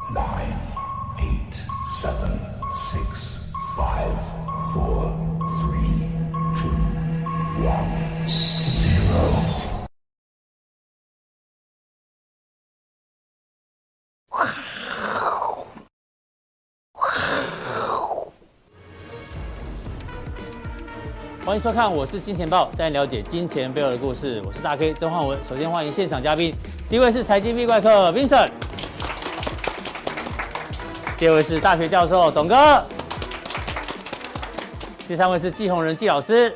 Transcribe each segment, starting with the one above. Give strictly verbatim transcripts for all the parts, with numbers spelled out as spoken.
nine, eight, seven, six, five, four, three, two, one, zero. 欢迎收看，我是金钱豹，带你了解金钱背后的故事。我是大 K 曾焕文。首先欢迎现场嘉宾，第一位是财经 V 怪客 Vincent， 第二位是大学教授董哥，第三位是季宏仁季老师。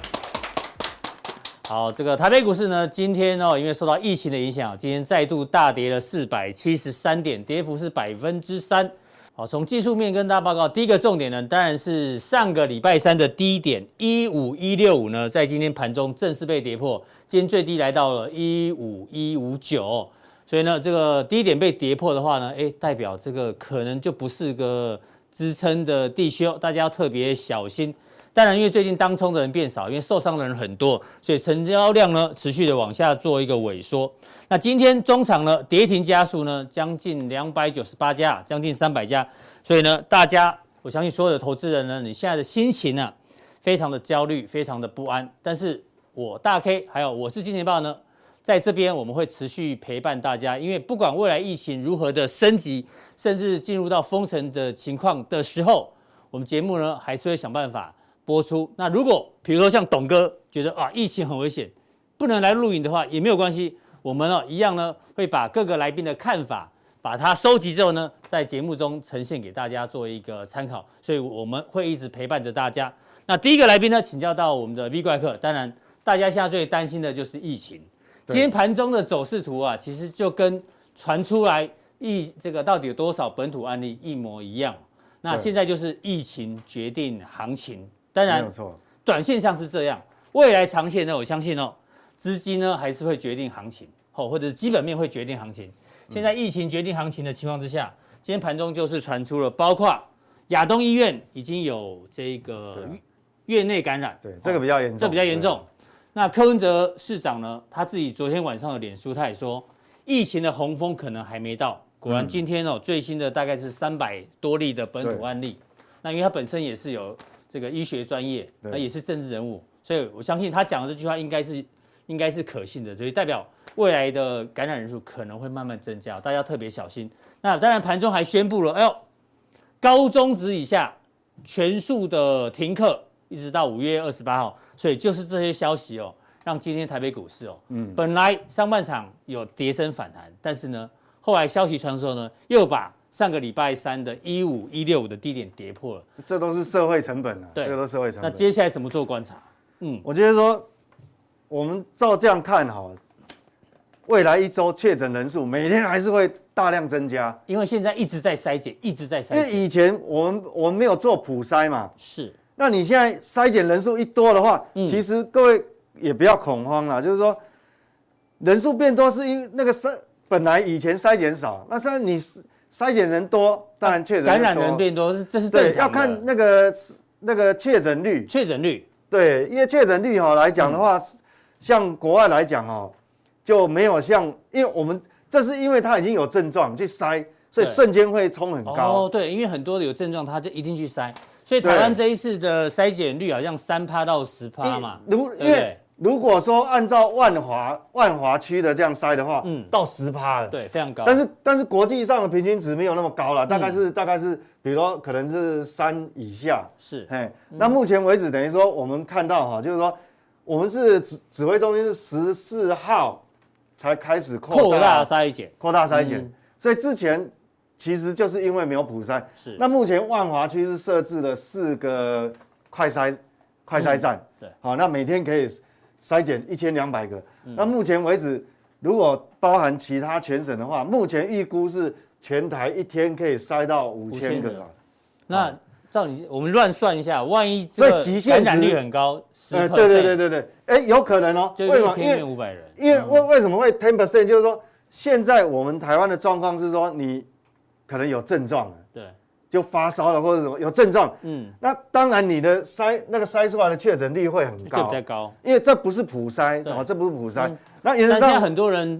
好，这个台北股市呢，今天哦，因为受到疫情的影响，今天再度大跌了四百七十三点，跌幅是百分之三。好，从技术面跟大家报告，第一个重点呢，当然是上个礼拜三的低点一五一六五呢，在今天盘中正式被跌破，今天最低来到了一五一五九，所以呢，这个低点被跌破的话呢，哎，代表这个可能就不是个支撑的地区哦，大家要特别小心。当然，因为最近当冲的人变少，因为受伤的人很多，所以成交量呢持续的往下做一个萎缩。那今天中场呢跌停家数呢将近两百九十八家，将近三百家，所以呢大家，我相信所有的投资人呢，你现在的心情啊非常的焦虑，非常的不安。但是我大 K 还有我是金钱豹呢，在这边我们会持续陪伴大家，因为不管未来疫情如何的升级，甚至进入到封城的情况的时候，我们节目呢还是会想办法播出。那如果比如说像董哥觉得啊疫情很危险，不能来录影的话也没有关系，我们呢一样呢会把各个来宾的看法把它收集之后呢，在节目中呈现给大家做一个参考，所以我们会一直陪伴着大家。那第一个来宾呢，请教到我们的 V 怪客，当然大家现在最担心的就是疫情。今天盘中的走势图啊，其实就跟传出来疫这个到底有多少本土案例一模一样。那现在就是疫情决定行情。当然，短线上是这样，未来长线呢，我相信哦，资金呢还是会决定行情，哦，或者是基本面会决定行情。现在疫情决定行情的情况之下，今天盘中就是传出了，包括亚东医院已经有这个院内感染， 对，这个比较严重， 这比较严重。那柯文哲市长呢，他自己昨天晚上的脸书，他也说，疫情的洪峰可能还没到。果然今天哦，最新的大概是三百多例的本土案例。那因为他本身也是有这个医学专业，那也是政治人物，所以我相信他讲的这句话应该是应该是可信的，所以代表未来的感染人数可能会慢慢增加，大家特别小心。那当然盘中还宣布了，哎呦，高中职以下全数的停课，一直到五月二十八号，所以就是这些消息哦，让今天台北股市哦，嗯，本来上半场有跌升反弹，但是呢，后来消息传出之后呢，又把上个礼拜三的一五一六五的低点跌破了， 这都是社会成本啊， 对， 这个都是社会成本。 那接下来怎么做观察？ 嗯，我觉得说，我们照这样看哈，未来一周确诊人数每天还是会大量增加， 因为现在一直在筛检，一直在筛检。 因为以前我们我们没有做普筛嘛， 是。 那你现在筛检人数一多的话，嗯、其实各位也不要恐慌啦，就是说人数变多是因为那个筛本来以前筛检少，那现在你筛检人多，当然确诊、啊、 感染人变多，这是正常的。 要看那个那个确诊率， 确诊率对，因为确诊率哈来讲的话，嗯、像国外来讲哦，就没有像，因为我们这是因为他已经有症状去筛，所以瞬间会冲很高。 哦，对，因为很多有症状，他就一定去筛，所以台湾这一次的筛检率好像三趴到十趴嘛。 如因为如果说按照万华万华区的这样筛的话，嗯，到十趴了， 对，非常高。 但是但是国际上的平均值没有那么高了，大概是、嗯、大概是，比如说可能是三以下。 是， 哎，那目前为止等于说我们看到哈，就是说我们是指指挥中心是十四号才开始扩大筛检， 扩大筛检，嗯、所以之前其实就是因为没有普筛。 是， 那目前万华区是设置了四个快筛快筛站，嗯、对，好，那每天可以筛检一千两百个，嗯、那目前为止，如果包含其他全省的话，目前预估是全台一天可以筛到五千个啊。 那照你我们乱算一下，万一这个感染率很高， 呃，对对对对对，哎，有可能哦。 就一天变五百人。 因为为为什么会 ten percent？ 就是说，现在我们台湾的状况是说，你可能有症状了， 对。 就发烧了或者什么有症状，嗯，那当然你的筛那个筛出来的确诊率会很高， 就比较高， 因为这不是普筛，哦，这不是普筛。 嗯、那原则上，但现在很多人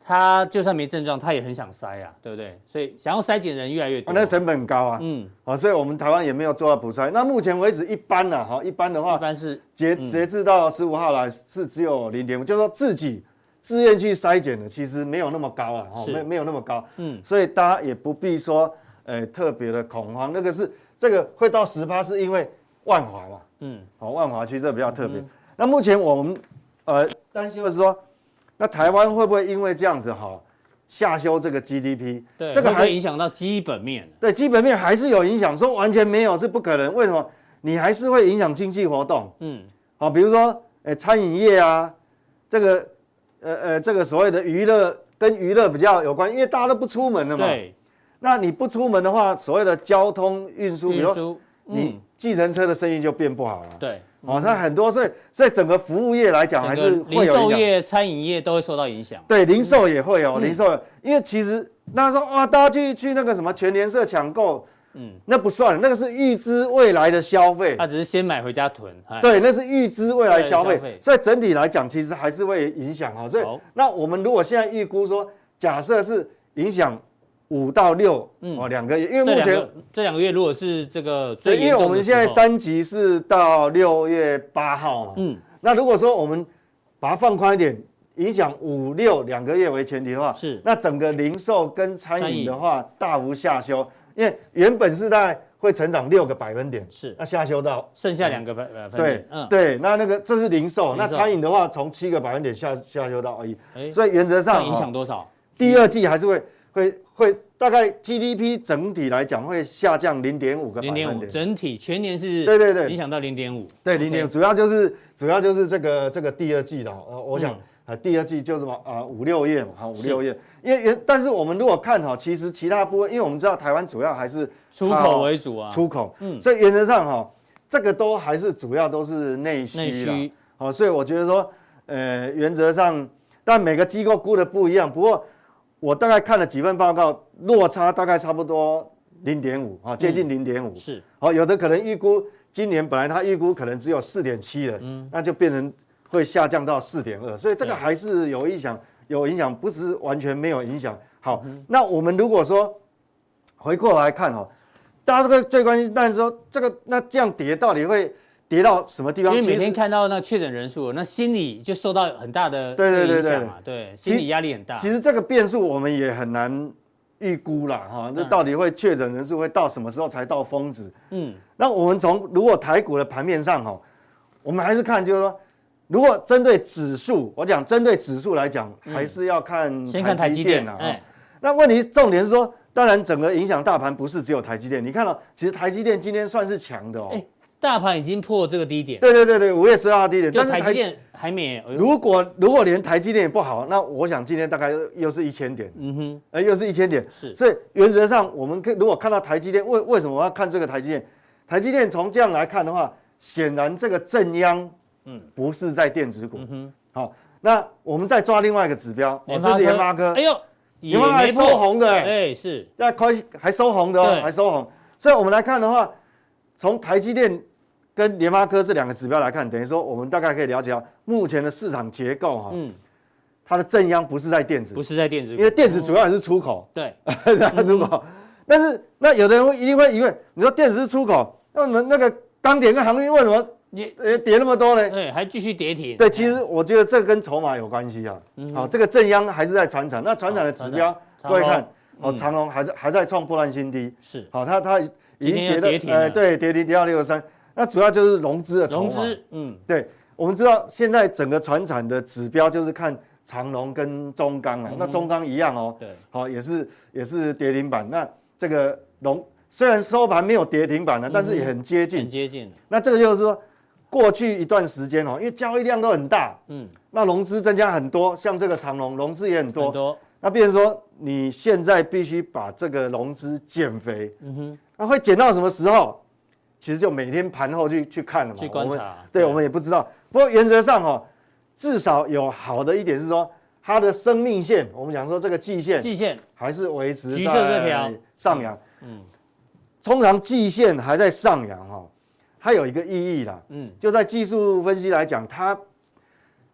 他就算没症状，他也很想筛啊，对不对？所以想要筛检的人越来越多， 啊、那成本很高啊。 嗯， 好、所以我们台湾也没有做到补筛。那目前为止，一般呢，哈，一般的话， 一般是截截至到十五号来是只有零点五，就是说自己自愿去筛检的，其实没有那么高了，哈，没没有那么高。嗯，所以大家也不必说，呃，特别的恐慌。那个是这个会到十趴，是因为万华嘛。嗯，好，万华区这比较特别。嗯、那目前我们呃担心的是说，那台湾会不会因为这样子哈？下修这个 G D P， 对，这个还会影响到基本面。 对，基本面还是有影响，说完全没有是不可能。为什么？你还是会影响经济活动。嗯，好，比如说，呃，餐饮业啊，这个，呃呃，这个所谓的娱乐跟娱乐比较有关，因为大家都不出门了嘛。 对。 那你不出门的话，所谓的交通运输，比如说你计程车的生意就变不好了。对。哦，它很多，所以所以整个服务业来讲，还是会有影响。零售业、餐饮业都会受到影响。 对，零售也会哦，零售，因为其实那时候哇，大家去去那个什么全联社抢购，嗯，那不算，那个是预支未来的消费。 他只是先买回家囤。 对，那是预支未来消费，所以整体来讲，其实还是会影响哈。所以那我们如果现在预估说，假设是影响五到六哦两个月，因为目前这两个月如果是这个最严重的时候， 因为我们现在三级是到六月八号嘛，嗯，那如果说我们把它放宽一点，影响五六两个月为前提的话，是那整个零售跟餐饮的话大幅下修，因为原本是大概会成长六个百分点，是那下修到剩下两个百分点， 对，嗯，对，那那个这是零售，那餐饮的话从七个百分点下下修到而已，所以原则上影响多少？ 第二季还是会。会会大概 G D P 整体来讲会下降零点五个百分点，零点五整体全年是， 对对对， 影响到零点五， 对零点五，主要就是主要就是这个这个第二季的，呃，我想啊第二季就是嘛啊五六月嘛，哈五六月，因为原但是我们如果看哈，其实其他部分，因为我们知道台湾主要还是出口为主啊， 出口，嗯，所以原则上哈，这个都还是主要都是内需内需，好，所以我觉得说，呃，原则上，但每个机构估的不一样，不过。我大概看了几份报告，落差大概差不多零点五啊，接近零点五。是，好，有的可能预估今年本来他预估可能只有四点七了，嗯，那就变成会下降到四点二，所以这个还是有影响，有影响，不是完全没有影响。好，嗯、那我们如果说回过来看哈，大家这个最关心，但是说这个那这样跌到底会跌到什么地方？ 因为每天看到那确诊人数，那心理就受到很大的对对对对对，心理压力很大。 其实这个变数我们也很难预估啦，哈，这到底会确诊人数会到什么时候才到峰值？嗯，那我们从如果台股的盘面上哈，我们还是看就是说，如果针对指数，我讲针对指数来讲，还是要看先看台积电啊。 哎，那问题重点是说，当然整个影响大盘不是只有台积电，你看到其实台积电今天算是强的哦。 大盘已经破这个低点， 对对对对，五月十二号低点， 但是台积电还没。 如果如果连台积电也不好，那我想今天大概又是一千点，嗯哼，呃，又是一千点，是。所以原则上，我们如果看到台积电，为为什么我要看这个台积电？台积电从这样来看的话，显然这个正央，嗯，不是在电子股，嗯哼。好，那我们再抓另外一个指标，哦，这是联发科，哎呦，联发科还收红的， 哎，是， 在快还收红的哦，还收红。所以我们来看的话，从台积电跟联发科这两个指标来看，等于说我们大概可以了解到目前的市场结构哈，嗯，它的正央不是在电子， 不是在电子， 因为电子主要也是出口， 对， 出口。但是那有的人会一定会疑问，你说电子是出口，那我们那个钢铁跟航运为什么也呃跌那么多呢？ 对，还继续跌停。 对，其实我觉得这跟筹码有关系啊。好，这个正央还是在传产，那传产的指标各位看，哦，长荣还是还在创波段新低，是，好，它它已经跌到呃对跌停跌到六十三。那主要就是融资的筹码，融资，嗯，对，我们知道现在整个传产的指标就是看长荣跟中钢啊，嗯、那中钢一样哦，对，好、哦、也是也是跌停板，那这个融虽然收盘没有跌停板了，嗯、但是也很接近， 很接近。 那这个就是说，过去一段时间哦，因为交易量都很大，嗯，那融资增加很多，像这个长荣融资也很多，很多，那变成说你现在必须把这个融资减肥，嗯哼，那会减到什么时候？其实就每天盘后去去看了嘛， 去观察。 我对，我们也不知道。不过原则上哦，至少有好的一点是说，它的生命线，我们讲说这个季线， 季线还是维持橘色这条上扬。嗯，通常季线还在上扬哈，它有一个意义啦。嗯，就在技术分析来讲，它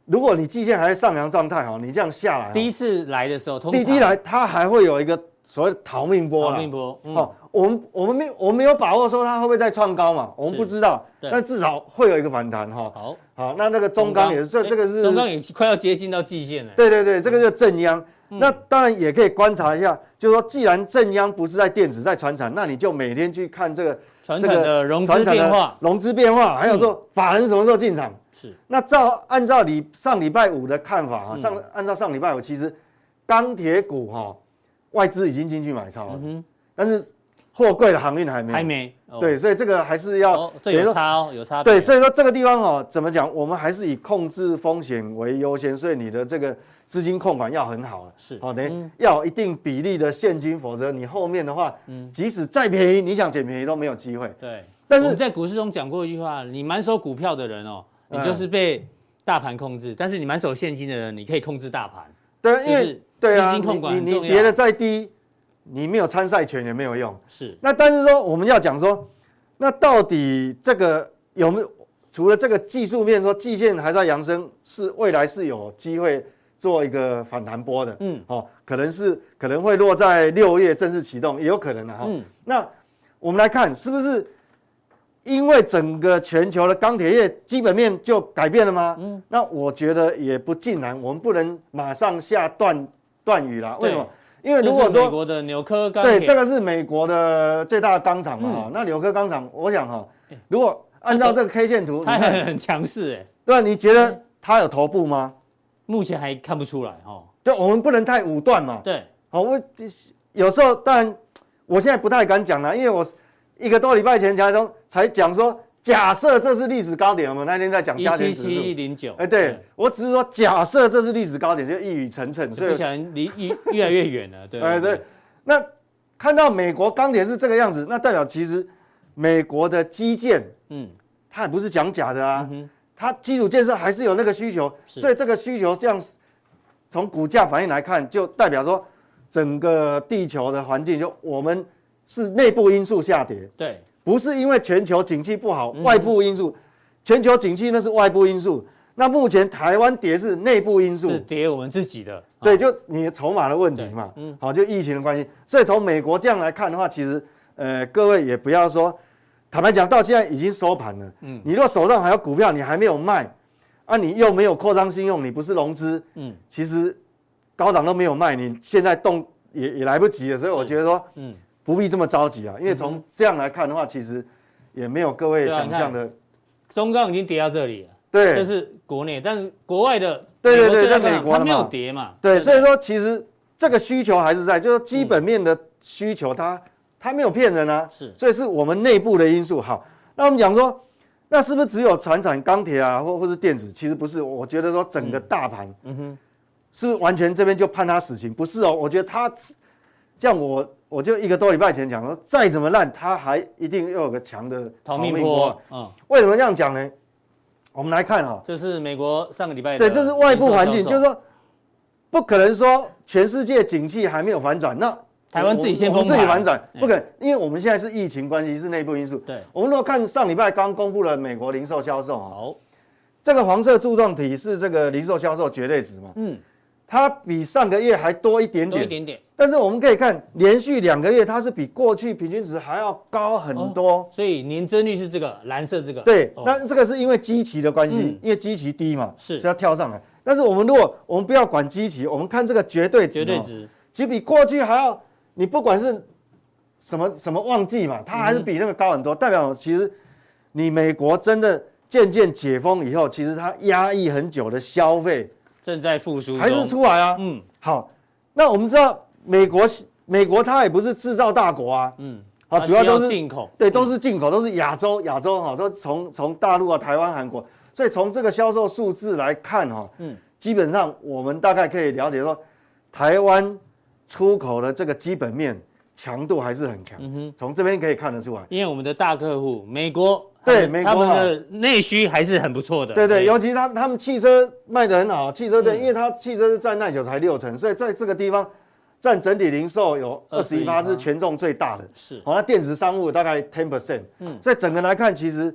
如果你季线还在上扬状态，哈，你这样下来， 第一次来的时候， 第一来它还会有一个所谓的逃命波逃命波，嗯、 哦，我们我们没我们没有把握说它会不会再创高嘛，我们不知道，但至少会有一个反弹哈。 好， 好，那那个中钢也是，这这个是中钢也快要接近到季线了。 对对对，这个就是正央。嗯、那当然也可以观察一下，就是说，既然正央不是在电子，在传产，那你就每天去看这个传产的融资变化， 融资变化，还有说法人什么时候进场。是。那照按照礼上礼拜五的看法啊，嗯、上按照上礼拜五，其实钢铁股哈、哦，外资已经进去买超了，嗯、但是货柜的航运还没还没。 哦、对，所以这个还是要， 哦、这有差哦，有差别。 对，所以说这个地方哦，怎么讲？我们还是以控制风险为优先，所以你的这个资金控管要很好是， 好、哦，等于、嗯、要有一定比例的现金，否则你后面的话，嗯，即使再便宜，你想捡便宜都没有机会。 对， 但是我们在股市中讲过一句话：你满手股票的人哦，你就是被大盘控制；嗯、但是你满手现金的人，你可以控制大盘。 对，因为对啊， 资金控管很重要。 你你跌得再低，你没有参赛权也没有用。 是。 那但是说我们要讲说。那到底这个有没有除了这个技术面说季线还在扬升，是未来是有机会做一个反弹波的，嗯，哦，可能是可能会落在六月正式启动，也有可能的哈。嗯，那我们来看是不是因为整个全球的钢铁业基本面就改变了吗？嗯，那我觉得也不尽然，我们不能马上下断断语啦。为什么？因为如果说美国的纽科钢铁， 对，这个是美国的最大的钢厂嘛，嗯、那纽科钢厂，我想哈，如果按照这个 K 线图， 它很强势哎， 对，你觉得它有头部吗？ 目前还看不出来哈。 对，我们不能太武断嘛。 对， 好，我有时候当然，我现在不太敢讲了，因为我一个多礼拜前才从才讲说。假设这是历史高点，我们那天在讲加权指数一七七一零九， 哎，对我只是说假设这是历史高点，就一语成谶， 所以不想离越越来越远了，对， 哎对。那看到美国钢铁是这个样子，那代表其实美国的基建，嗯，它也不是讲假的啊，嗯、它基础建设还是有那个需求，所以这个需求这样从股价反应来看，就代表说整个地球的环境，就我们是内部因素下跌， 对。 不是因为全球景气不好，外部因素，全球景气那是外部因素。那目前台湾跌是内部因素， 是跌我们自己的。 对，就你的筹码的问题嘛。嗯，好，就疫情的关系。所以从美国这样来看的话，其实呃，各位也不要说，坦白讲，到现在已经收盘了。嗯，你如果手上还有股票，你还没有卖，啊，你又没有扩张信用，你不是融资，嗯，其实高档都没有卖，你现在动也也来不及了。所以我觉得说，嗯。不必这么着急啊，因为从这样来看的话，其实也没有各位想象的。 中钢已经跌到这里了， 对， 这是国内，但是国外的， 对对对，在美国它没有跌嘛， 对，所以说其实这个需求还是在，就是基本面的需求它，它它没有骗人啊， 是， 所以是我们内部的因素。好，那我们讲说，那是不是只有传产、钢铁啊，或或是电子？其实不是，我觉得说整个大盘，嗯哼，是不是完全这边就判他死刑？不是哦，我觉得他。像我，我就一个多礼拜前讲说，再怎么烂，它还一定要有个强的逃命波。嗯， 为什么这样讲呢？我们来看哈， 这是美国上个礼拜的对，这是外部环境，就是说，不可能说全世界景气还没有反转，那台湾自己先崩盘， 自己反转，不可能，因为我们现在是疫情关系，是内部因素。 对， 我们如果看上礼拜刚公布了美国零售销售，好，这个黄色柱状体是这个零售销售绝对值嘛？嗯。它比上个月还多一点点， 多一点点。 但是我们可以看，连续两个月它是比过去平均值还要高很多。哦、 所以年增率是这个蓝色这个。 对，哦、那这个是因为基期的关系，嗯、因为基期低嘛， 是所以要跳上来。但是我们如果我们不要管基期，我们看这个绝对值， 绝对值其实比过去还要，你不管是什么什么旺季嘛，它还是比那个高很多，嗯、代表其实你美国真的渐渐解封以后，其实它压抑很久的消费。 正在复苏， 还是出来啊？嗯，好，那我们知道美国，美国它也不是制造大国啊，嗯，好，主要都是进口， 对，都是进口，都是亚洲，亚洲哈，都从从大陆啊、台湾、韩国，所以从这个销售数字来看哈，嗯，基本上我们大概可以了解说，台湾出口的这个基本面强度还是很强，嗯哼，从这边可以看得出来， 因为我们的大客户美国。 对，美国他们的内需还是很不错的。 对对，尤其他他们汽车卖得很好，汽车证，因为它汽车占耐久才六成，所以在这个地方占整体零售有二十一趴，是权重最大的。 是， 好，那电子商务大概 ten percent。嗯，所以整个来看，其实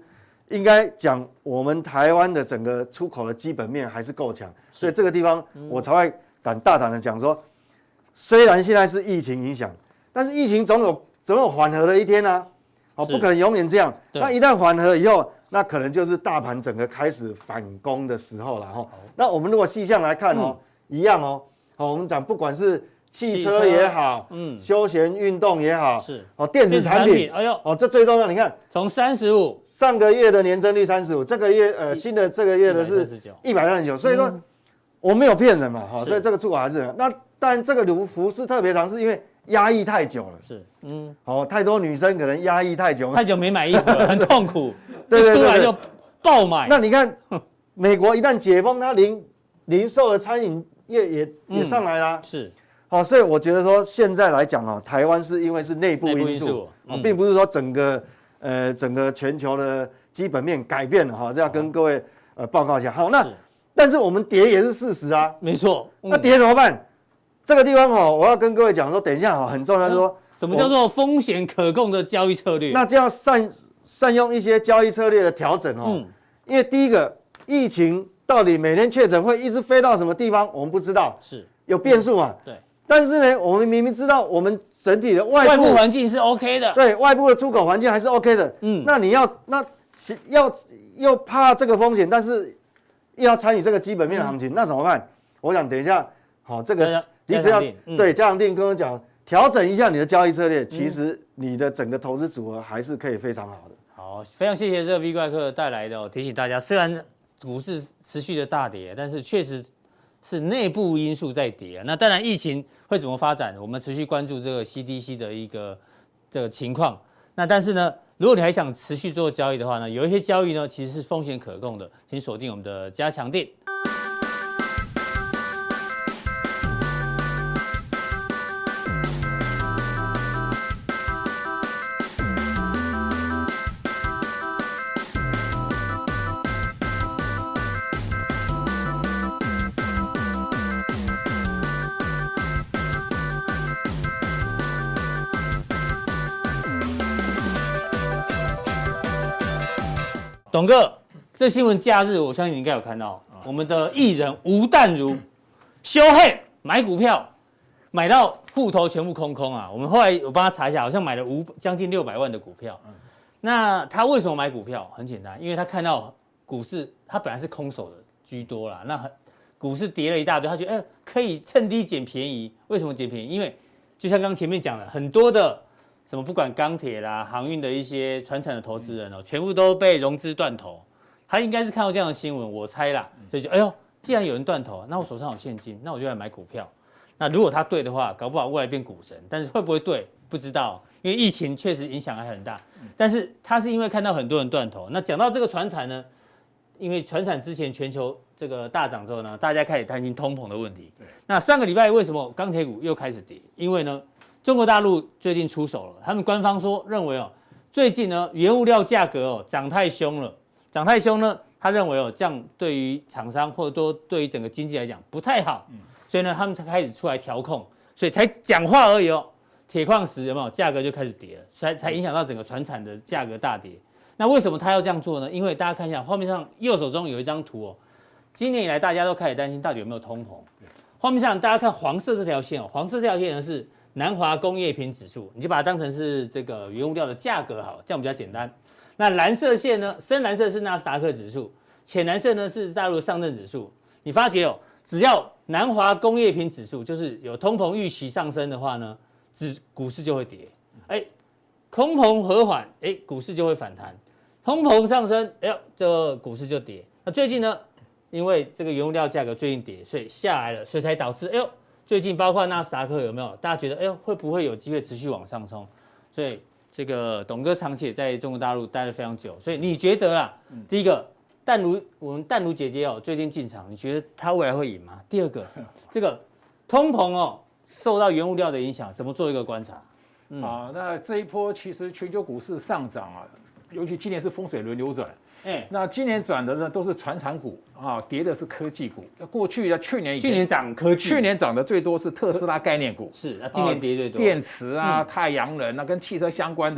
应该讲我们台湾的整个出口的基本面还是够强，所以这个地方我才会敢大胆的讲说，虽然现在是疫情影响，但是疫情总有总有缓和的一天啊，哦，不可能永远这样。那一旦缓和以后，那可能就是大盘整个开始反攻的时候了哈。那我们如果细项来看哦，嗯、一样哦，好，我们讲不管是汽车也好，嗯，休闲运动也好，是哦，电子产品，哎呦，哦，这最重要。你看， 从三十五， 上个月的年增率三十五，这个月呃新的这个月的是一百三十九，所以说、嗯、我没有骗人嘛，哈，所以这个出口还是那，但这个服服饰特别长，是因为压抑太久了，是，嗯，哦，太多女生可能压抑太久， 太久没买衣服了，很痛苦，对对对，出来就爆买。 那你看，美国一旦解封，它零零售的餐饮业也也上来啦， 是。 好，所以我觉得说现在来讲哦，台湾是因为是内部因素，嗯、并不是说整个呃整个全球的基本面改变了哈，这要跟各位呃报告一下。好，那但是我们跌也是事实啊， 没错。 嗯、那跌怎么办？这个地方哦，我要跟各位讲说，等一下哈，很重要，就是说什么叫做风险可控的交易策略？ 那就要善善用一些交易策略的调整哦。嗯，因为第一个，疫情到底每天确诊会一直飞到什么地方，我们不知道，是有变数嘛？ 对。 但是呢，我们明明知道我们整体的外部外部环境是 OK 的， 对外部的出口环境还是 OK 的。嗯，那你要那要又怕这个风险，但是又要参与这个基本面的行情，嗯、那怎么办？我想等一下，好、哦，这个你只要、嗯、对加强定跟我讲，调整一下你的交易策略，其实你的整个投资组合还是可以非常好的。 好，非常谢谢这个 V 怪客带来的、哦、提醒大家，虽然股市持续的大跌，但是确实是内部因素在跌啊。那当然，疫情会怎么发展，我们持续关注这个 C D C 的一个这个情况。那但是呢，如果你还想持续做交易的话呢，有一些交易呢其实是风险可控的，请锁定我们的加强定。董哥，这新闻假日，我相信你应该有看到，我们的艺人吴淡如休黑买股票，买到户头全部空空啊！我们后来我帮他查一下，好像买了五将近六百万的股票。那他为什么买股票？很简单，因为他看到股市，他本来是空手的居多啦，那股市跌了一大堆，他觉得哎可以趁低捡便宜。为什么捡便宜？因为就像刚刚前面讲的，很多的。什么不管钢铁啦、航运的一些传产的投资人哦，全部都被融资断头。他应该是看到这样的新闻，我猜啦，所以就哎呦，既然有人断头，那我手上有现金，那我就来买股票。那如果他对的话，搞不好未来变股神，但是会不会对不知道，因为疫情确实影响还很大。但是他是因为看到很多人断头。那讲到这个传产呢，因为传产之前全球这个大涨之后呢，大家开始担心通膨的问题。那上个礼拜为什么钢铁股又开始跌？因为呢？中国大陆最近出手了，他们官方说认为哦，最近呢原物料价格哦涨太凶了，涨太凶呢，他认为哦这样对于厂商或者说对于整个经济来讲不太好，所以呢他们才开始出来调控，所以才讲话而已哦，铁矿石有没有价格就开始跌了，才才影响到整个传产的价格大跌。那为什么他要这样做呢？因为大家看一下画面上右手中有一张图哦，今年以来大家都开始担心到底有没有通膨。画面上大家看黄色这条线哦，黄色这条线呢是南华工业品指数，你就把它当成是这个原物料的价格好了，这样比较简单。那蓝色线呢，深蓝色是纳斯达克指数，浅蓝色呢是大陆上证指数。你发觉哦，只要南华工业品指数就是有通膨预期上升的话呢，指股市就会跌。哎，通膨和缓，哎，股市就会反弹；通膨上升，哎呦，这个股市就跌。那最近呢，因为这个原物料价格最近跌，所以下来了，所以才导致哎呦。最近包括纳斯达克有没有？大家觉得，哎呦，会不会有机会持续往上冲？所以这个董哥长期也在中国大陆待了非常久，所以你觉得啦，嗯、第一个淡如我们淡如姐姐哦，最近进场，你觉得她未来会赢吗？第二个，这个通膨哦，受到原物料的影响，怎么做一个观察？ 嗯、啊，那这一波其实全球股市上涨啊，尤其今年是风水轮流转。哎，那今年涨的呢都是传产股啊，跌的是科技股。过去的去年去年涨科技， 去年涨的最多是特斯拉概念股， 是，那今年跌最多， 电池啊、嗯、太阳能啊，跟汽车相关的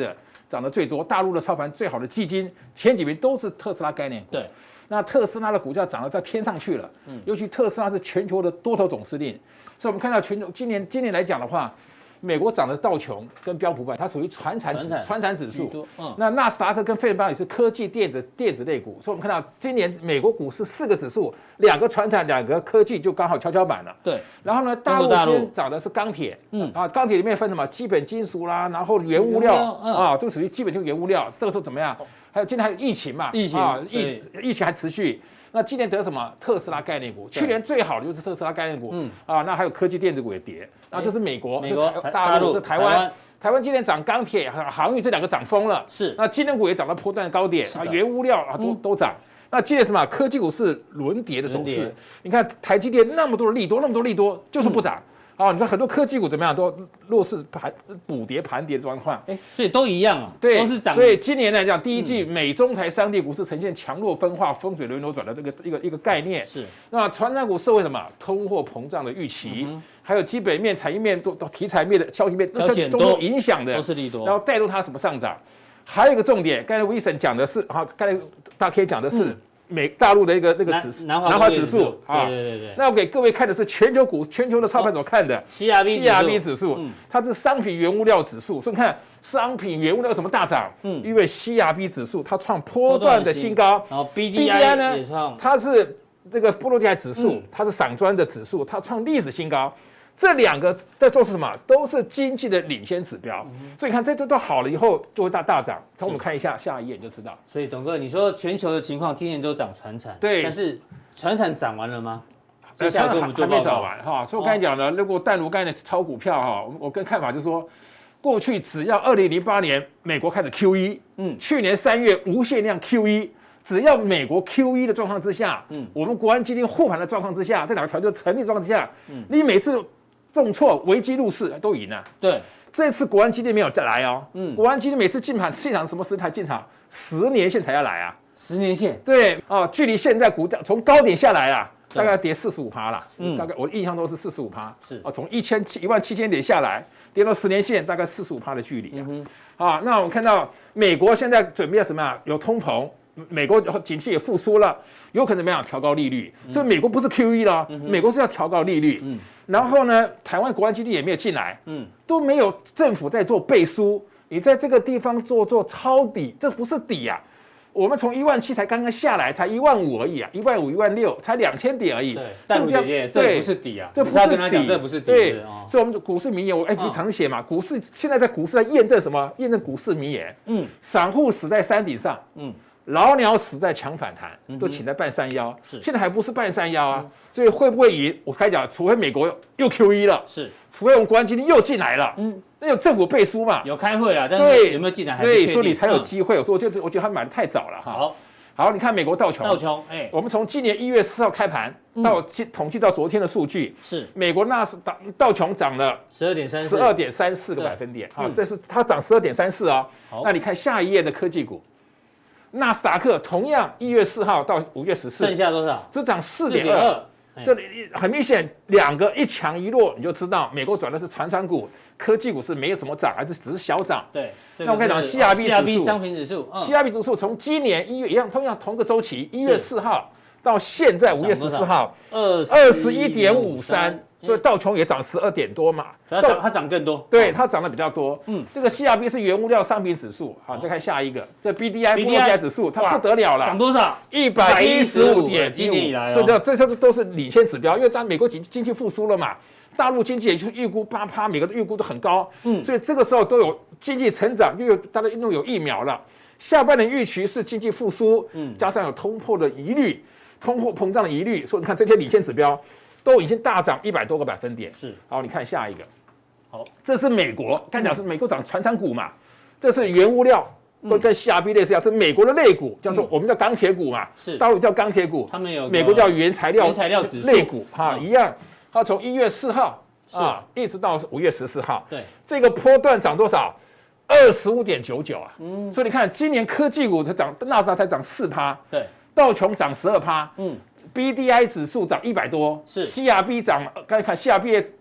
涨得最多，大陆的操盘最好的基金前几名都是特斯拉概念股。 对， 那特斯拉的股价涨得在天上去了，嗯，尤其特斯拉是全球的多头总司令，所以我们看到全球今年今年来讲的话。美国涨的道琼跟标普百，它属于传产传产指数。嗯，那纳斯达克跟费城半导体是科技电子电子类股，所以我们看到今年美国股市四个指数，两个传产，两个科技就刚好跷跷板了。 对。 然后呢，大陆今天涨的是钢铁，嗯啊，钢铁里面分什么基本金属啦，然后原物料啊，这属于基本就原物料。这个时候怎么样？还有今天还有疫情嘛？ 疫情啊，疫疫情还持续。那今年得什么？特斯拉概念股，去年最好的就是特斯拉概念股，嗯啊，那还有科技电子股也跌，然后这是美国， 美国大陆，这台湾，台湾今年涨钢铁、航运这两个涨疯了， 是， 那金融股也涨到波段高点，啊，原物料啊都都涨，那今年什么？科技股是轮跌的走势，你看台积电那么多的利多，那么多利多就是不涨。哦，你看很多科技股怎么样，都弱势盘补跌盘跌的状况， 哎，所以都一样啊， 对， 都是涨。 所以今年来讲，第一季美中台三地股市呈现强弱分化、风水轮流转的这个一个一个概念。 是。 那传产股受惠什么？通货膨胀的预期，嗯、还有基本面、产业面、都题材面的消息面， 消息都有影响的， 都是利多， 然后带动它什么上涨。还有一个重点，刚才威森讲的是，好，刚才大 K 讲的是。嗯美大陆的一个那个指数， 南华指数啊，对对对。那我给各位看的是全球股、全球的操盘手看的 C R V 指数，它是商品原物料指数，所以你看商品原物料怎么大涨？嗯，因为 C R V 指数它创波段的新高， 然后 B D I 呢也创， 它是这个波罗的海指数，它是散装的指数，它创历史新高。这两个在做什么？都是经济的领先指标，嗯、所以你看这都都好了以后就会大大涨。从我们看一下下一页你就知道。 所以董哥，你说全球的情况今年都涨传产， 对， 但是传产涨完了吗？ 接下来我们还没涨完哈。所以我刚才讲的，如果淡如刚才炒股票哈，我跟看法就是说，过去只要二零零八年美国开始 Q E， 嗯，去年三月无限量 Q E。只要美国 Q E 的状况之下，嗯，我们国安基金护盘的状况之下，这两个条件成立的状况之下，嗯，你每次重挫危机入市都赢了。 对， 这次国安基金没有再来哦。嗯，国安基金每次进盘现场什么时才进场？十年线才要来啊。 十年线。 对哦，距离现在股价从高点下来啊，大概跌四十五趴了。嗯，大概我印象都是四十五趴。 是哦，从一千七一万七千点下来，跌到十年线大概四十五趴的距离啊。嗯啊，那我们看到美国现在准备要什么啊？有通膨。美国景气也复苏了，有可能怎么样调高利率？所以美国不是 Q E 了，美国是要调高利率。嗯，然后呢，台湾国安基金也没有进来，嗯，都没有政府在做背书。你在这个地方做做抄底，这不是底啊！我们从一万七才刚刚下来，才一万五而已啊，一万五、一万六，才两千点而已。 对，淡如姐姐，这不是底啊，这不是底，这不是底。 对，所以我们股市名言，我 F B 常写嘛，股市现在在股市在验证什么？验证股市名言。嗯，散户死在山顶上。嗯。老鸟死在强反弹，都请在半山腰，是现在还不是半山腰啊，所以会不会赢？我开讲，除非美国又 Q E 了， 是， 除非我们国安基金又进来了，嗯，那有政府背书嘛？ 有开会了，但是有没有进来还不确定， 对，所以你才有机会。我说，我觉得，我觉得他买的太早了哈。 好， 好，你看美国道琼， 道琼，哎， 我们从今年一月四号开盘到统计到昨天的数据， 是美国纳斯达道琼涨了十二点三十二点三四个百分点啊，这是它涨十二点三四啊。那你看下一页的科技股。纳斯达克同样一月四号到五月十四， 剩下多少？ 只涨四点二，这里很明显，两个一强一弱，你就知道美国转的是传产股，科技股是没有怎么涨，还是只是小涨。 对， 那我跟你讲 ，C R V 指数， 商品指数 ，C R V 指数从今年一月一样，同样同个周期，一月四号到现在五月十四号， 二二十一点五三。所以道琼也涨十二点多嘛， 它涨它涨更多， 对，它涨得比较多。嗯，这个 C R V 是原物料商品指数，好，再看下一个，这 B D I B D I 指数，它不得了了， 涨多少？ 一百一十五点今年以来， 所以这些都是领先指标，因为当美国经经济复苏了嘛，大陆经济也就是预估八趴，每个预估都很高，嗯，所以这个时候都有经济成长，又有大家又有疫苗了，下半年预期是经济复苏，嗯，加上有通货的疑虑，通货膨胀的疑虑，所以你看这些领先指标。都已经大涨一百多个百分点， 是。 好，你看下一个， 好， 这是美国，刚讲是美国涨传产股嘛，这是原物料，都跟 C R V 类似，是美国的类股，叫做我们叫钢铁股嘛， 是， 大陆叫钢铁股， 他们有， 美国叫原材料原材料指数类股哈，一样，它从一月四号啊一直到五月十四号， 对， 这个波段涨多少？二十五点九九啊，嗯，所以你看今年科技股它涨，纳斯达克才涨四趴， 对， 道琼涨十二趴，嗯。B D I 指数涨一百多， 是 C R V 涨，刚才看 C R V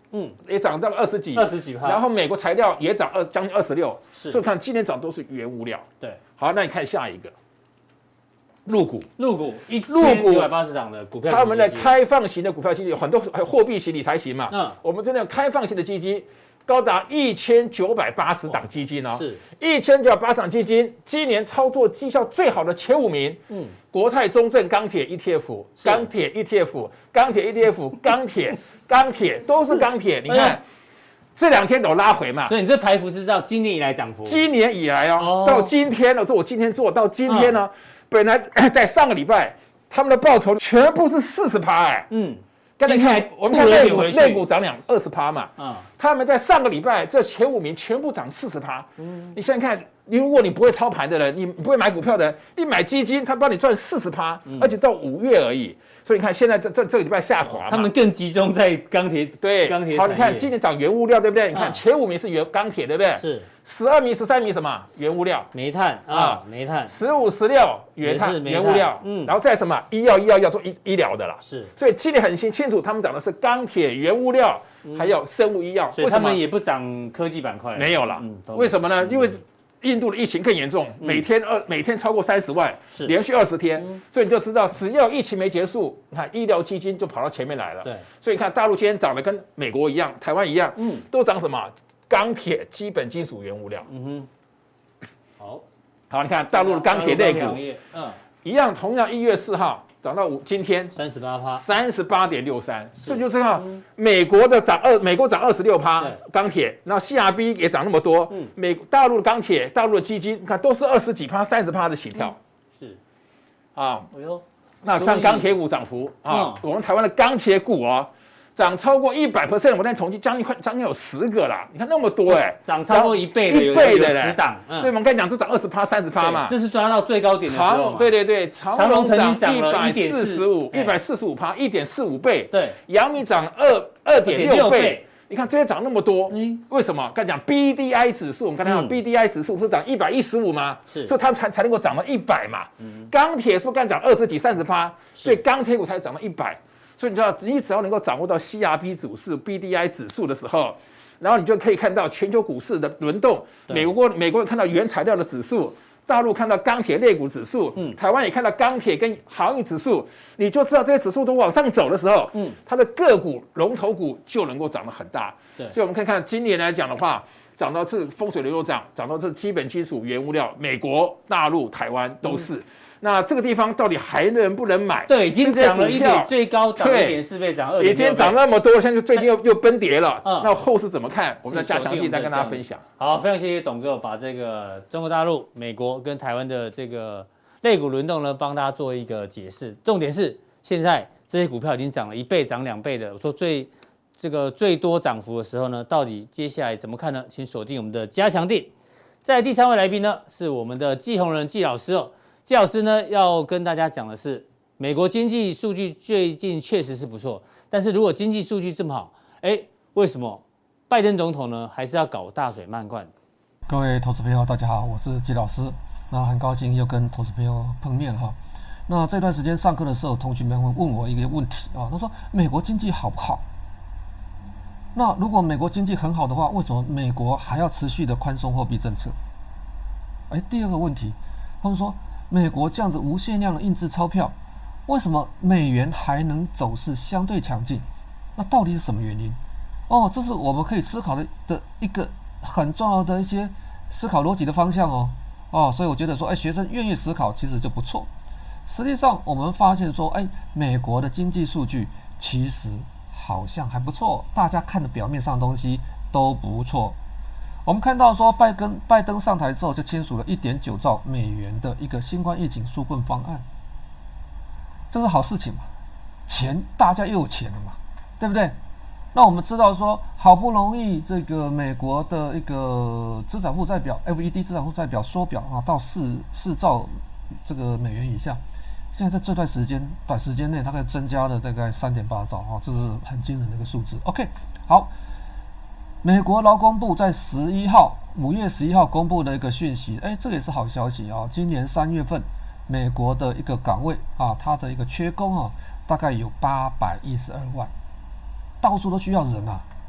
嗯，也涨到了二十几， 二十几趴。 然后美国材料也涨二将近二十六， 是。 所以看今年涨都是原物料。 对， 好，那你看下一个，陆股， 陆股一千九百八十档的股票， 他们的开放型的股票基金有很多，还有货币型理财型嘛。 嗯， 我们真的有开放型的基金。高达一千九百八十档基金哦， 是一千九百八十档基金，今年操作绩效最好的前五名，嗯，国泰中证钢铁 E T F， 钢铁 E T F， 钢铁 E T F， 钢铁钢铁都是钢铁，你看这两天都拉回嘛， 所以你这排幅是照今年以来涨幅， 今年以来哦，到今天了，说我今天做到今天呢，本来在上个礼拜他们的报酬全部是四十趴哎，嗯。刚才看我们看类股，类股涨两二十趴嘛，啊，他们在上个礼拜这前五名全部涨四十趴，嗯，你想想看，如果你不会操盘的人，你不会买股票的人，你买基金，他帮你赚四十趴，而且到五月而已，所以你看现在这这这个礼拜下滑， 他们更集中在钢铁， 对， 钢铁。 好，你看今年涨原物料，对不对？你看前五名是原钢铁，对不对？ 是。 十二名、十三名什么？原物料， 煤炭啊，煤炭。 十五、十六，原炭、原物料，嗯，然后再什么？医药、医药要做医医疗的啦， 是。 所以今年很清清楚，他们涨的是钢铁、原物料，还有生物医药。 所以他们也不涨科技板块， 没有了。为什么呢？因为印度的疫情更严重，每天二每天超过三十万，连续二十天，所以你就知道，只要疫情没结束，你看医疗基金就跑到前面来了。 对。 所以你看大陆今天涨得跟美国一样，台湾一样，嗯，都涨什么？钢铁、基本金属、原物料。嗯哼。好，好，你看大陆的钢铁类股，嗯，一样，同样一月四号涨到五，今天三十八趴， 三十八点六三，所以就知道美国的涨二，美国涨二十六趴，钢铁，然后 C R B 也涨那么多，嗯，美大陆的钢铁、大陆的基金，你看都是二十几趴、三十趴的起跳，是，啊，哎呦，那占钢铁股涨幅啊，我们台湾的钢铁股哦。涨超过一百 percent， 我那统计将近快将近有十个啦，你看那么多哎、欸， 涨超过一倍的， 一倍的十档， 嗯、对，我们刚才讲就涨二十趴、三十趴嘛， 这是抓到最高点的时候嘛。 对对对，长荣曾经涨一百四十五，一百四十五趴，一点四五倍。 对， 阳明涨二二点六倍。你看这些涨那么多，嗯，为什么？刚才讲 B D I 指数，我们刚才讲 B D I 指数不是涨一百一十五吗？是，所以它们才才能够涨到一百嘛。嗯，钢铁是不是刚才讲二十几、三十趴？所以钢铁股才涨到一百。所以你知道，你只要能够掌握到 C R B 指数、B D I 指数的时候，然后你就可以看到全球股市的轮动。美国美国看到原材料的指数，大陆看到钢铁类股指数，嗯，台湾也看到钢铁跟航运指数，你就知道这些指数都往上走的时候，嗯，它的个股龙头股就能够涨得很大。对，所以我们可以看今年来讲的话，涨到是风水轮流涨，涨到是基本金属、原物料，美国、大陆、台湾都是。嗯，那这个地方到底还能不能买？ 对，已经涨了一点，最高涨一点四倍，涨二点六倍， 已经涨那么多，现在最近又又崩跌了。嗯，那后市怎么看？我们在加强地再跟大家分享。 好，非常谢谢董哥把这个中国大陆、美国跟台湾的这个类股轮动呢，帮大家做一个解释。重点是现在这些股票已经涨了一倍、涨两倍的，我说最这个最多涨幅的时候呢，到底接下来怎么看呢？请锁定我们的加强地。在第三位来宾呢，是我们的季宏仁季老师哦。季老师呢要跟大家讲的是，美国经济数据最近确实是不错，但是如果经济数据这么好，哎，为什么拜登总统呢还是要搞大水漫灌？ 各位投资朋友，大家好，我是季老师。那很高兴又跟投资朋友碰面哈。那这段时间上课的时候，同学们会问我一个问题啊，他说美国经济好不好？那如果美国经济很好的话，为什么美国还要持续的宽松货币政策？哎，第二个问题，他们说美国这样子无限量的印制钞票，为什么美元还能走势相对强劲？那到底是什么原因？哦，这是我们可以思考的的一个很重要的一些思考逻辑的方向哦。哦，所以我觉得说，哎，学生愿意思考其实就不错。实际上，我们发现说，哎，美国的经济数据其实好像还不错，大家看的表面上的东西都不错。我们看到说，拜登拜登上台之后就签署了 一点九兆美元的一个新冠疫情纾困方案，这是好事情嘛？钱大家又有钱了嘛，对不对？那我们知道说，好不容易这个美国的一个资产负债表 F E D 资产负债表缩表啊，到四四兆这个美元以下，现在在这段时间短时间内大概增加了大概三点八兆啊，这是很惊人的一个数字。OK， 好。美国劳工部在十一号，五月十一号公布的一个讯息，哎，这个也是好消息啊！今年三月份，美国的一个岗位啊，它的一个缺工啊，大概有八百一十二万，到处都需要人啊，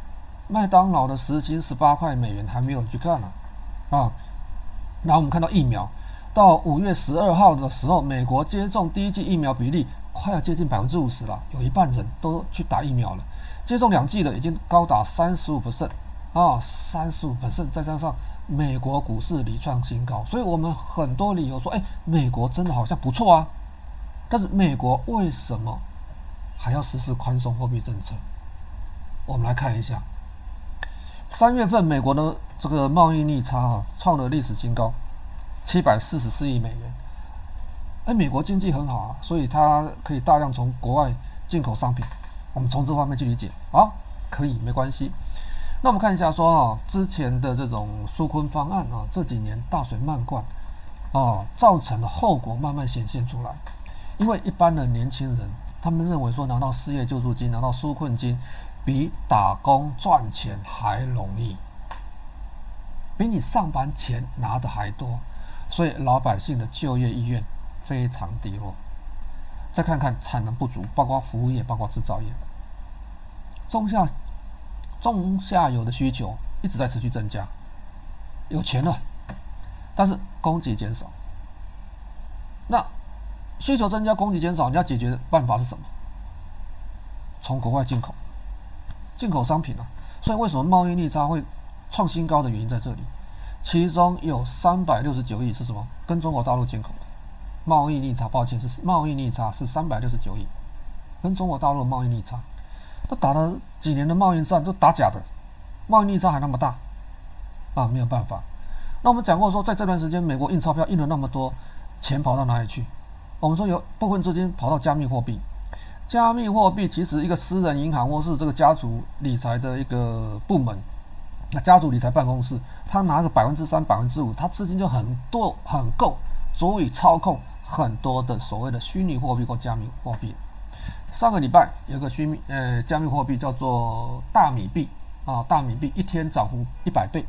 麦当劳的时薪十八块美元还没有去看呢、啊，啊，然后我们看到疫苗，到五月十二号的时候，美国接种第一剂疫苗比例快要接近百分之五十了，有一半人都去打疫苗了，接种两剂的已经高达三十五 percent 啊，三十五 percent， 再加上美国股市屡创新高，所以我们很多理由说，哎，美国真的好像不错啊，但是美国为什么还要实施宽松货币政策？我们来看一下。三月份，美国的这个贸易逆差啊，创了历史新高，七百四十四亿美元。哎，美国经济很好啊，所以它可以大量从国外进口商品。我们从这方面去理解啊，可以没关系。那我们看一下说啊，之前的这种纾困方案啊，这几年大水漫灌啊，造成的后果慢慢显现出来。因为一般的年轻人，他们认为说拿到失业救助金、拿到纾困金，比打工赚钱还容易，比你上班钱拿的还多，所以老百姓的就业意愿非常低落。再看看产能不足，包括服务业，包括制造业，中下中下游的需求一直在持续增加，有钱了，但是供给减少。那需求增加，供给减少，你要解决的办法是什么？从国外进口。进口商品啊，所以为什么贸易逆差会创新高的原因在这里，其中有三百六十九亿是什么？跟中国大陆进口的贸易逆差，抱歉是贸易逆差是三百六十九亿，跟中国大陆的贸易逆差，都打了几年的贸易战，都打假的，贸易逆差还那么大啊，没有办法。那我们讲过说，在这段时间，美国印钞票印了那么多，钱跑到哪里去？我们说有部分资金跑到加密货币。加密货币其实一个私人银行或是这个家族理财的一个部门，那家族理财办公室，他拿个百分之三、百分之五，他资金就很多很够，足以操控很多的所谓的虚拟货币或加密货币。上个礼拜有个虚拟呃加密货币叫做大米币啊，大米币一天涨幅一百倍。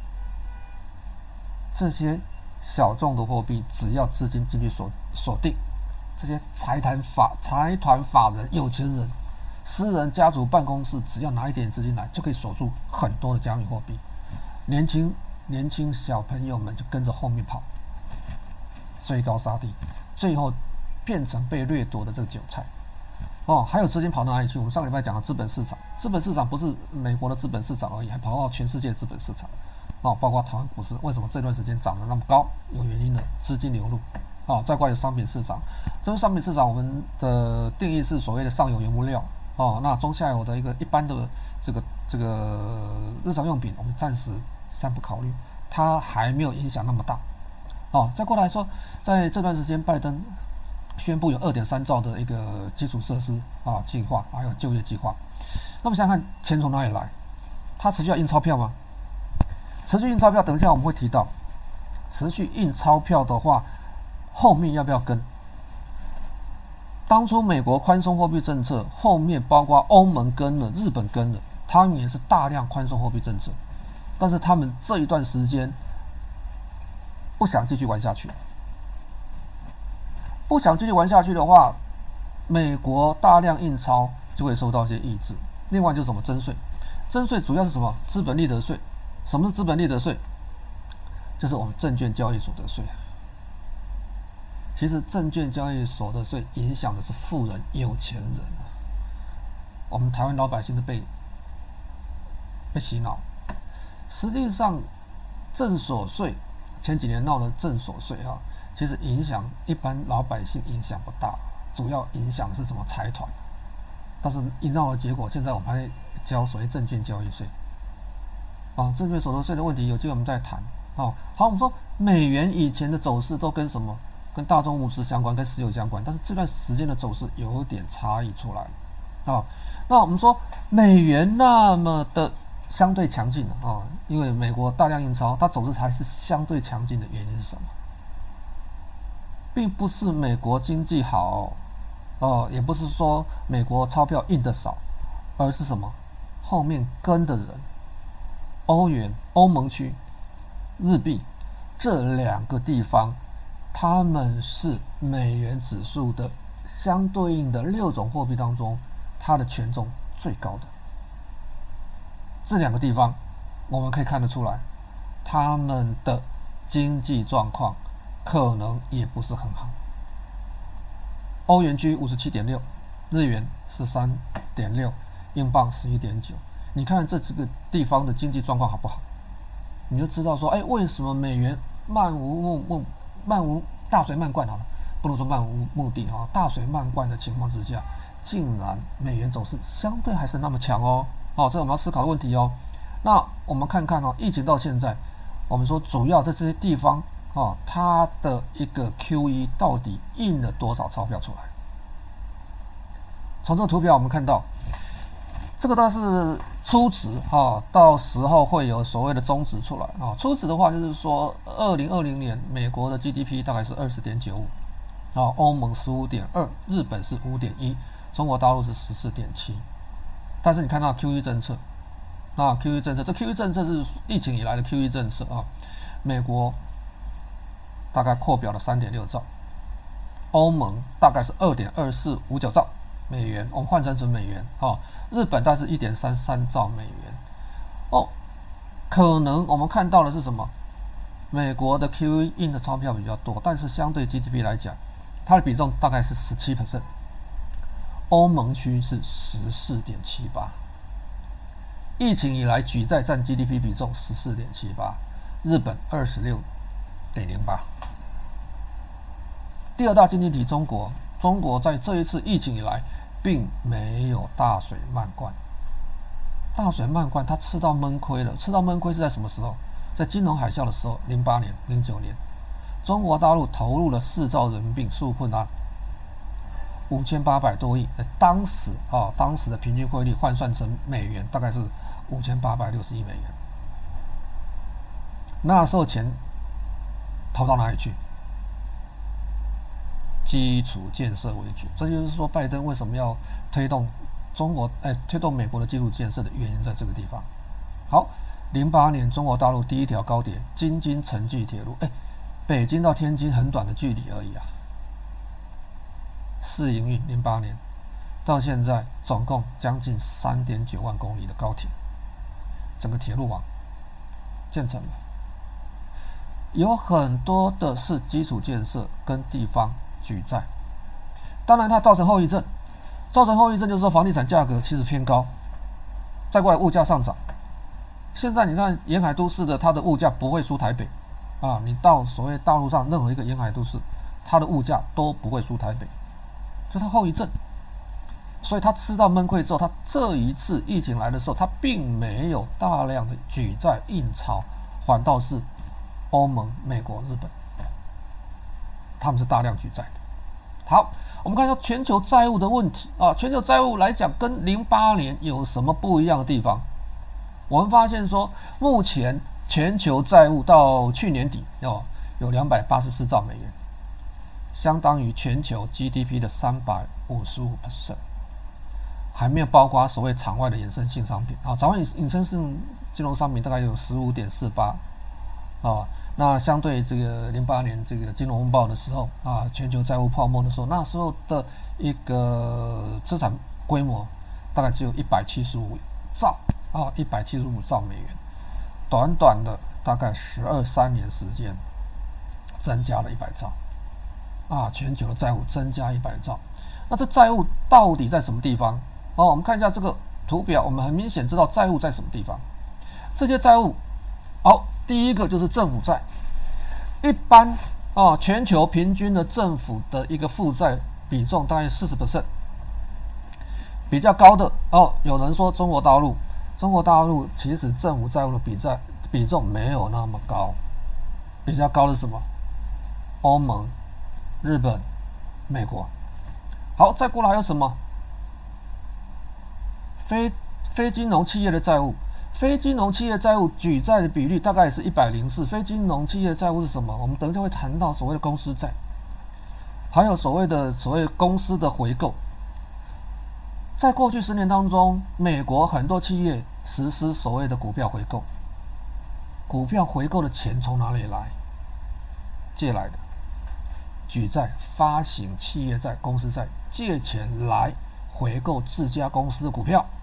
这些小众的货币，只要资金进去锁锁定。这些财团法、财团法人、有钱人、私人家族办公室，只要拿一点资金来，就可以锁住很多的加密货币。年轻年轻小朋友们就跟着后面跑，追高杀低，最后变成被掠夺的这个韭菜。哦，还有资金跑到哪里去？我们上个礼拜讲的资本市场，资本市场不是美国的资本市场而已，还跑到全世界的资本市场。哦，包括台湾股市，为什么这段时间涨得那么高？有原因的，资金流入。哦，再关于商品市场，这个商品市场我们的定义是所谓的上游原物料哦，那中下游的一个一般的这个这个日常用品，我们暂时先不考虑，它还没有影响那么大。哦，再过来说，在这段时间，拜登宣布有 二点三兆的一个基础设施啊计划，还有就业计划。那么想想看，钱从哪里来？它持续要印钞票吗？持续印钞票，等一下我们会提到，持续印钞票的话。后面要不要跟？当初美国宽松货币政策，后面包括欧盟跟了，日本跟了，他们也是大量宽松货币政策，但是他们这一段时间不想继续玩下去，不想继续玩下去的话，美国大量印钞就会受到一些抑制。另外就是什么征税，征税主要是什么？资本利得税。什么是资本利得税？就是我们证券交易所得税。其实证券交易所得税影响的是富人、有钱人，我们台湾老百姓都被被洗脑。实际上，证所税前几年闹的证所税啊，其实影响一般老百姓影响不大，主要影响的是什么财团。但是一闹的结果，现在我们还交所谓证券交易税啊，证券所得税的问题有机会我们再谈。啊，好，我们说美元以前的走势都跟什么？跟大宗物资相关，跟石油相关，但是这段时间的走势有点差异出来了啊。那我们说美元那么的相对强劲啊，因为美国大量印钞，它走势还是相对强劲的原因是什么？并不是美国经济好，哦、呃，也不是说美国钞票印的少，而是什么？后面跟的人，欧元、欧盟区、日币这两个地方。他们是美元指数的相对应的六种货币当中，它的权重最高的。 这两个地方，我们可以看得出来，他们的经济状况可能也不是很好。欧元区五十七点六，日元十三点六，英镑十一点九。你看这几个地方的经济状况好不好？你就知道说，哎，为什么美元漫无目目漫无大水漫灌好了，不能说漫无目的哈，大水漫灌的情况之下，竟然美元走势相对还是那么强哦。哦，这是我们要思考的问题哦。那我们看看哦，疫情到现在，我们说主要在这些地方哦，它的一个 Q E 到底印了多少钞票出来？从这个图表我们看到，这个它是初值哈，到时候会有所谓的中值出来啊。初值的话就是说，二零二零年美国的 G D P 大概是二十点九五，啊，欧盟十五点二，日本是五点一，中国大陆是十四点七。但是你看到 Q E 政策，啊 Q E 政策，这 Q E 政策是疫情以来的 Q E 政策啊。美国大概扩表了三点六兆，欧盟大概是二点二四五九兆美元，我们换成成美元啊。日本大概是一点三三兆美元，哦，可能我们看到的是什么？美国的 Q E 印的钞票比较多，但是相对 G D P 来讲，它的比重大概是 百分之十七， 欧盟区是 百分之十四点七八。疫情以来举债占 G D P 比重 百分之十四点七八， 日本 二十六点零八。 第二大经济体中国，中国在这一次疫情以来并没有大水漫灌，大水漫灌它吃到闷亏了，吃到闷亏是在什么时候？在金融海啸的时候，零八年、零九年，中国大陆投入了四兆人民币纾困案，五千八百多亿，当时啊，当时的平均汇率换算成美元大概是五千八百六十亿美元。那时候钱投到哪里去？基础建设为主，这就是说拜登为什么要推动中国，哎，推动美国的基础建设的原因在这个地方。好，零八年中国大陆第一条高铁京津城际铁路，哎，北京到天津很短的距离而已啊。试营运零八年到现在，总共将近三点九万公里的高铁，整个铁路网建成了。有很多的是基础建设跟地方举债，当然它造成后遗症，造成后遗症就是说房地产价格其实偏高，再过来物价上涨。现在你看沿海都市的它的物价不会输台北啊，你到所谓大陆上任何一个沿海都市，它的物价都不会输台北，就它后遗症。所以它吃到闷亏之后，它这一次疫情来的时候，它并没有大量的举债印钞，反倒是欧盟、美国、日本，他们是大量举债的。好，我们看一下全球债务的问题啊。全球债务来讲，跟零八年有什么不一样的地方？我们发现说，目前全球债务到去年底哦，有两百八十四兆美元，相当于全球 G D P 的 百分之三百五十五， 还没有包括所谓场外的衍生性商品啊。场外衍生性金融商品大概有 十五点四八 啊。那相对这个零八年这个金融风暴的时候啊，全球债务泡沫的时候，那时候的一个资产规模大概只有一百七十五兆啊，一百七十五兆美元，短短的大概十二三年时间，增加了一百兆啊，全球的债务增加一百兆。那这债务到底在什么地方？哦，我们看一下这个图表，我们很明显知道债务在什么地方。这些债务，好。第一个就是政府债，一般啊，全球平均的政府的一个负债比重大概 百分之四十， 比较高的哦。有人说中国大陆，中国大陆其实政府债务的比债比重没有那么高，比较高的是什么？欧盟、日本、美国。好，再过来还有什么？非非金融企业的债务。非金融企业债务举债的比率大概也是一百零四。非金融企业债务是什么？我们等一下会谈到所谓的公司债，还有所谓的所谓公司的回购。在过去十年当中，美国很多企业实施所谓的股票回购。股票回购的钱从哪里来？借来的，举债发行企业债、公司债，借钱来回购自家公司的股票。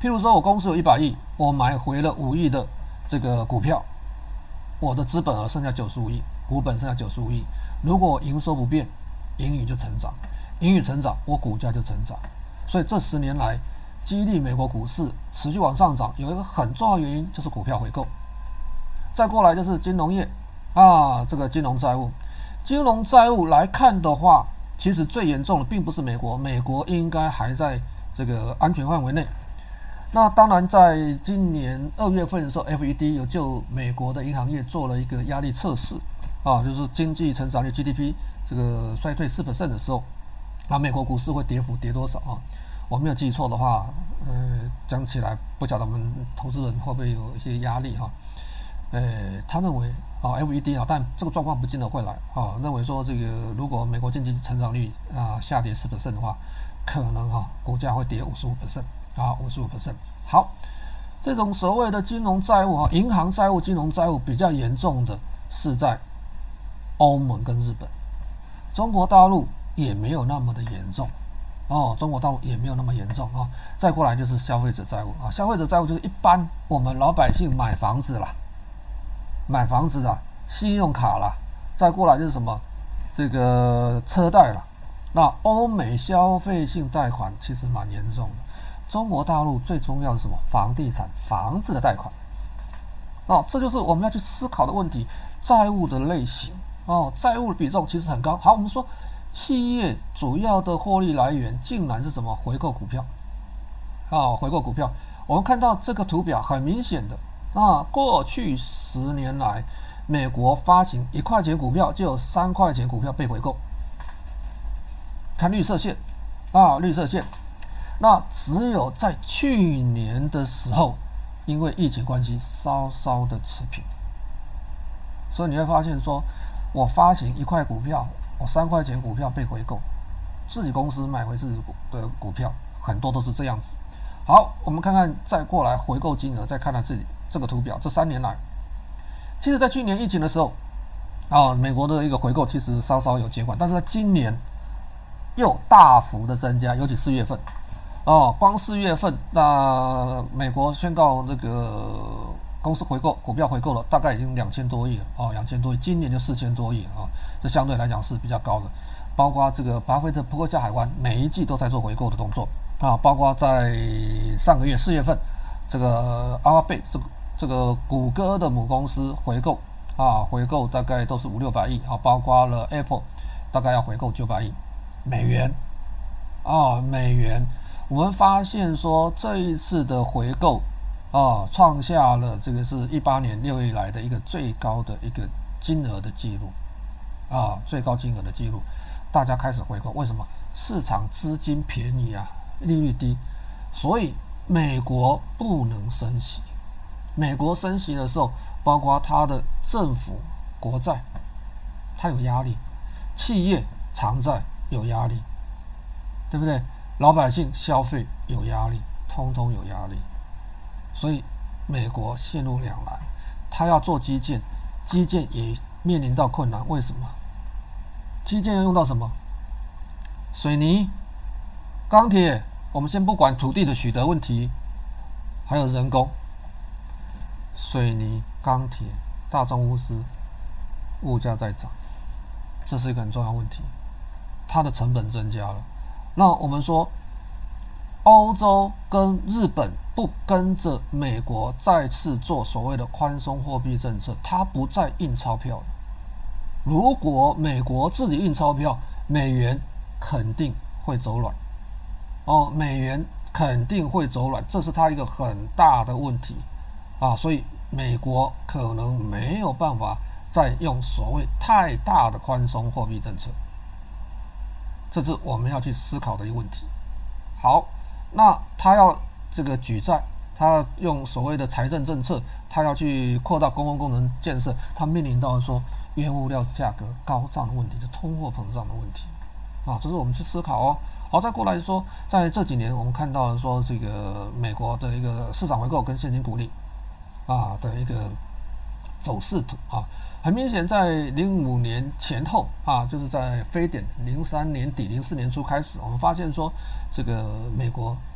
譬如说我公司有一百亿，我买回了五亿的这个股票，我的资本额剩下九十五亿，股本剩下九十五亿。如果营收不变，盈余就成长，盈余成长，我股价就成长。所以这十年来，激励美国股市持续往上涨，有一个很重要的原因就是股票回购。再过来就是金融业啊，这个金融债务，金融债务来看的话，其实最严重的并不是美国，美国应该还在这个安全范围内。那当然，在今年二月份的时候 ，F E D 有就美国的银行业做了一个压力测试啊，就是经济成长率 G D P 这个衰退 百分之四 的时候，那美国股市会跌幅跌多少啊？我没有记错的话，呃，讲起来不晓得我们投资人会不会有一些压力哈、啊？呃，他认为啊 ，F E D 啊，但这个状况不见得会来啊，认为说这个如果美国经济成长率啊下跌 百分之四 的话，可能哈、啊、股价会跌 百分之五十五。啊 ，百分之五十五。好，这种所谓的金融债务啊，银行债务、金融债务比较严重的是在欧盟跟日本，中国大陆也没有那么的严重哦，中国大陆也没有那么严重啊。再过来就是消费者债务啊，消费者债务就是一般我们老百姓买房子啦，买房子啦，信用卡啦，再过来就是什么这个车贷啦。那欧美消费性贷款其实蛮严重的。中国大陆最重要的是什么？房地产、房子的贷款。哦，这就是我们要去思考的问题。债务的类型哦，债务的比重其实很高。好，我们说企业主要的获利来源竟然是什么？回购股票。啊，回购股票。我们看到这个图表很明显的啊，过去十年来，美国发行一块钱股票就有三块钱股票被回购。看绿色线啊，绿色线。那只有在去年的时候，因为疫情关系，稍稍的持平，所以你会发现说，我发行一块股票，我三块钱股票被回购，自己公司买回自己的股票，很多都是这样子。好，我们看看再过来回购金额，再看看这里这个图表，这三年来，其实在去年疫情的时候，啊，美国的一个回购其实稍稍有减缓，但是在今年又大幅的增加，尤其四月份。哦，光四月份，那美国宣告这个公司回购股票回购了，大概已经两千多亿了哦，两千多亿，今年就四千多亿啊、哦，这相对来讲是比较高的。包括这个巴菲特扑克夏海湾每一季都在做回购的动作啊，包括在上个月四月份，这个阿拉贝这个这个谷歌的母公司回购啊，回购大概都是五六百亿啊，包括了 Apple 大概要回购九百亿美元啊，美元。我们发现说这一次的回购啊，创下了这个是一八年六月以来的一个最高的一个金额的记录啊，最高金额的记录，大家开始回购，为什么？市场资金便宜啊，利率低，所以美国不能升息。美国升息的时候，包括它的政府国债，它有压力；企业偿债有压力，对不对？老百姓消费有压力，通通有压力，所以美国陷入两难。他要做基建，基建也面临到困难。为什么？基建要用到什么？水泥、钢铁。我们先不管土地的取得问题，还有人工。水泥、钢铁、大宗物资，物价在涨，这是一个很重要的问题。它的成本增加了。那我们说，欧洲跟日本不跟着美国再次做所谓的宽松货币政策，它不再印钞票了。如果美国自己印钞票，美元肯定会走软。哦，美元肯定会走软，这是它一个很大的问题啊。所以美国可能没有办法再用所谓太大的宽松货币政策。这是我们要去思考的一个问题。好，那他要这个举债，他要用所谓的财政政策，他要去扩大公共工程建设，他面临到说原物料价格高涨的问题，是通货膨胀的问题啊，这是我们去思考哦。好，再过来说，在这几年我们看到了说这个美国的一个市场回购跟现金股利啊的一个走势图啊。很明显，在零五年前后啊，就是在非典零三年底、零四年初开始，我们发现说，这个美国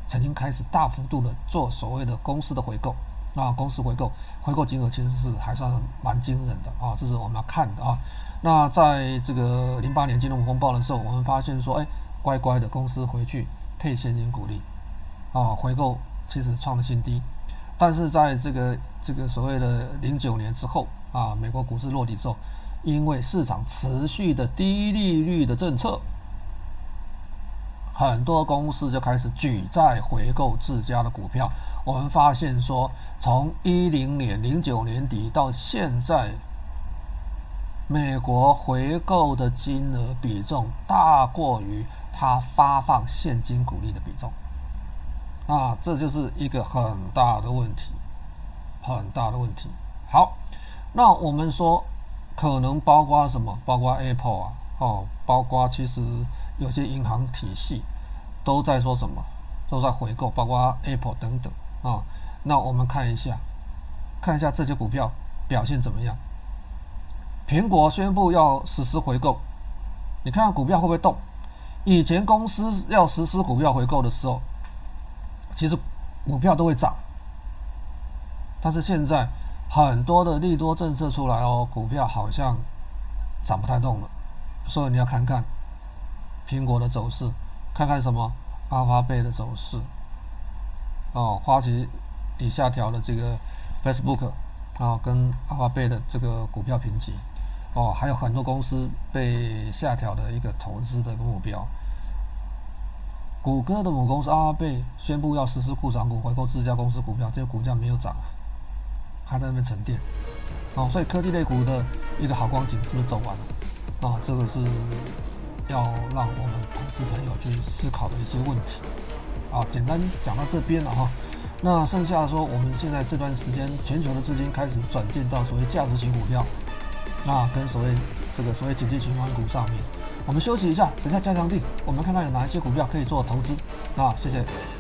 曾经开始大幅度的做所谓的公司的回购啊，公司回购回购金额其实是还算蛮惊人的啊，这是我们要看的啊。那在这个零八年金融风暴的时候，我们发现说，哎，乖乖的公司回去配现金股利啊，回购其实创了新低。但是在这个这个所谓的零九年之后啊，美国股市落底之后，因为市场持续的低利率的政策，很多公司就开始举债回购自家的股票。我们发现说，从一零年、零九年底到现在，美国回购的金额比重大过于它发放现金股利的比重。啊，这就是一个很大的问题，很大的问题。好，那我们说，可能包括什么？包括 Apple 啊，哦，包括其实有些银行体系都在说什么？都在回购，包括 Apple 等等啊。那我们看一下，看一下这些股票表现怎么样。苹果宣布要实施回购，你看看股票会不会动？以前公司要实施股票回购的时候，其实股票都会涨，但是现在很多的利多政策出来哦，股票好像涨不太动了，所以你要看看苹果的走势，看看什么阿尔法贝的走势，哦，花旗已下调了这个 Facebook 啊跟阿尔法贝的这个股票评级，哦，还有很多公司被下调的一个投资的一个目标。谷歌的母公司阿尔法贝宣布要实施库藏股回购自家公司股票，这个股价没有涨，还在那边沉淀。哦，所以科技类股的一个好光景是不是走完了？啊，这个是要让我们投资朋友去思考的一些问题。啊，简单讲到这边了哈。那剩下说，我们现在这段时间全球的资金开始转进到所谓价值型股票，啊，跟所谓这个所谓景气循环股上面。我们休息一下，等一下加强定，我们看看有哪一些股票可以做投资。那谢谢。